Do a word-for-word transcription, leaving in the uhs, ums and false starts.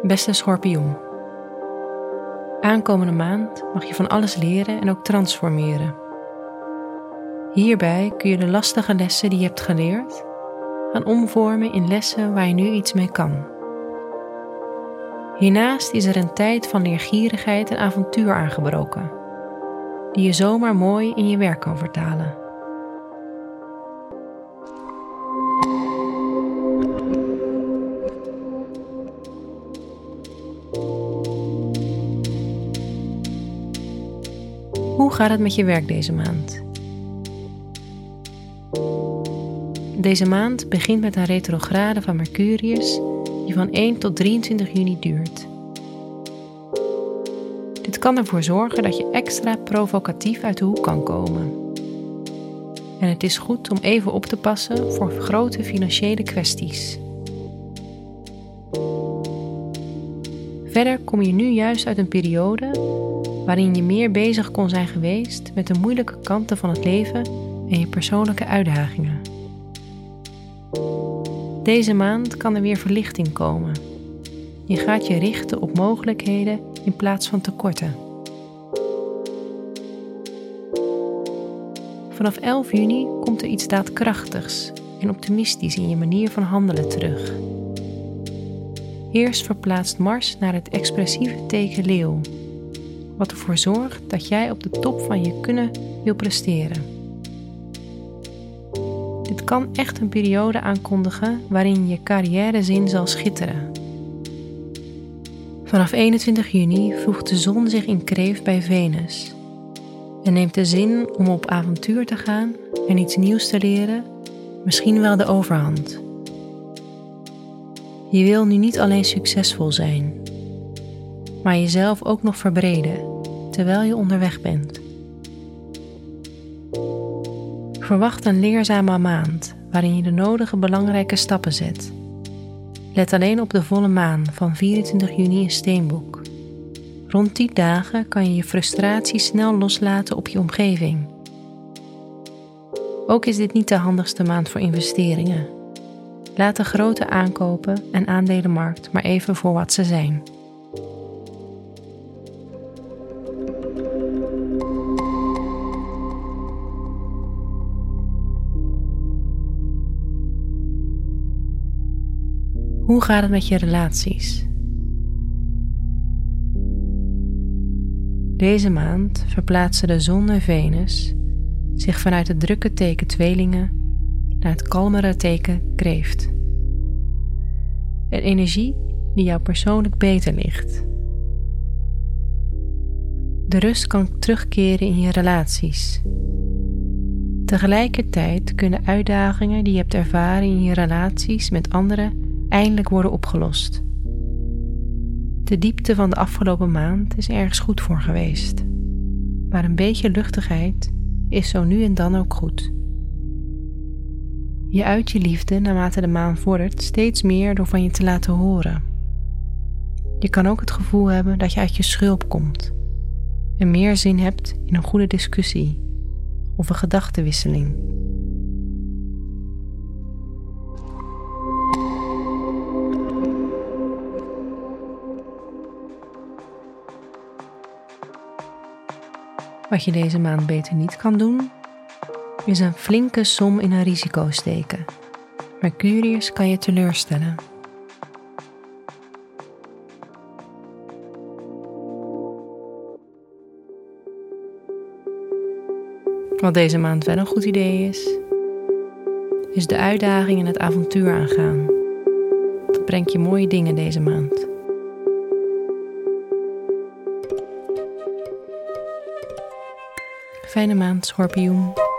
Beste schorpioen. Aankomende maand mag je van alles leren en ook transformeren. Hierbij kun je de lastige lessen die je hebt geleerd gaan omvormen in lessen waar je nu iets mee kan. Hiernaast is er een tijd van leergierigheid en avontuur aangebroken, die je zomaar mooi in je werk kan vertalen. Hoe gaat het met je werk deze maand? Deze maand begint met een retrograde van Mercurius die van één tot drieëntwintig juni duurt. Dit kan ervoor zorgen dat je extra provocatief uit de hoek kan komen. En het is goed om even op te passen voor grote financiële kwesties. Verder kom je nu juist uit een periode waarin je meer bezig kon zijn geweest met de moeilijke kanten van het leven en je persoonlijke uitdagingen. Deze maand kan er weer verlichting komen. Je gaat je richten op mogelijkheden in plaats van tekorten. Vanaf elf juni komt er iets daadkrachtigs en optimistisch in je manier van handelen terug. Eerst verplaatst Mars naar het expressieve teken Leeuw, wat ervoor zorgt dat jij op de top van je kunnen wil presteren. Dit kan echt een periode aankondigen waarin je carrièrezin zal schitteren. Vanaf eenentwintig juni voegt de zon zich in Kreeft bij Venus en neemt de zin om op avontuur te gaan en iets nieuws te leren misschien wel de overhand. Je wil nu niet alleen succesvol zijn, maar jezelf ook nog verbreden terwijl je onderweg bent. Verwacht een leerzame maand waarin je de nodige belangrijke stappen zet. Let alleen op de volle maan van vierentwintig juni in Steenbok. Rond die dagen kan je je frustratie snel loslaten op je omgeving. Ook is dit niet de handigste maand voor investeringen. Laat de grote aankopen en aandelenmarkt maar even voor wat ze zijn. Hoe gaat het met je relaties? Deze maand verplaatsen de zon en Venus zich vanuit het drukke teken Tweelingen naar het kalmere teken Kreeft. Een energie die jou persoonlijk beter ligt. De rust kan terugkeren in je relaties. Tegelijkertijd kunnen uitdagingen die je hebt ervaren in je relaties met anderen eindelijk worden opgelost. De diepte van de afgelopen maand is ergens goed voor geweest, maar een beetje luchtigheid is zo nu en dan ook goed. Je uit je liefde naarmate de maan vordert steeds meer door van je te laten horen. Je kan ook het gevoel hebben dat je uit je schulp komt en meer zin hebt in een goede discussie of een gedachtenwisseling. Wat je deze maand beter niet kan doen, is een flinke som in een risico steken. Mercurius kan je teleurstellen. Wat deze maand wel een goed idee is, is de uitdaging en het avontuur aangaan. Dat brengt je mooie dingen deze maand. Fijne maand, schorpioen.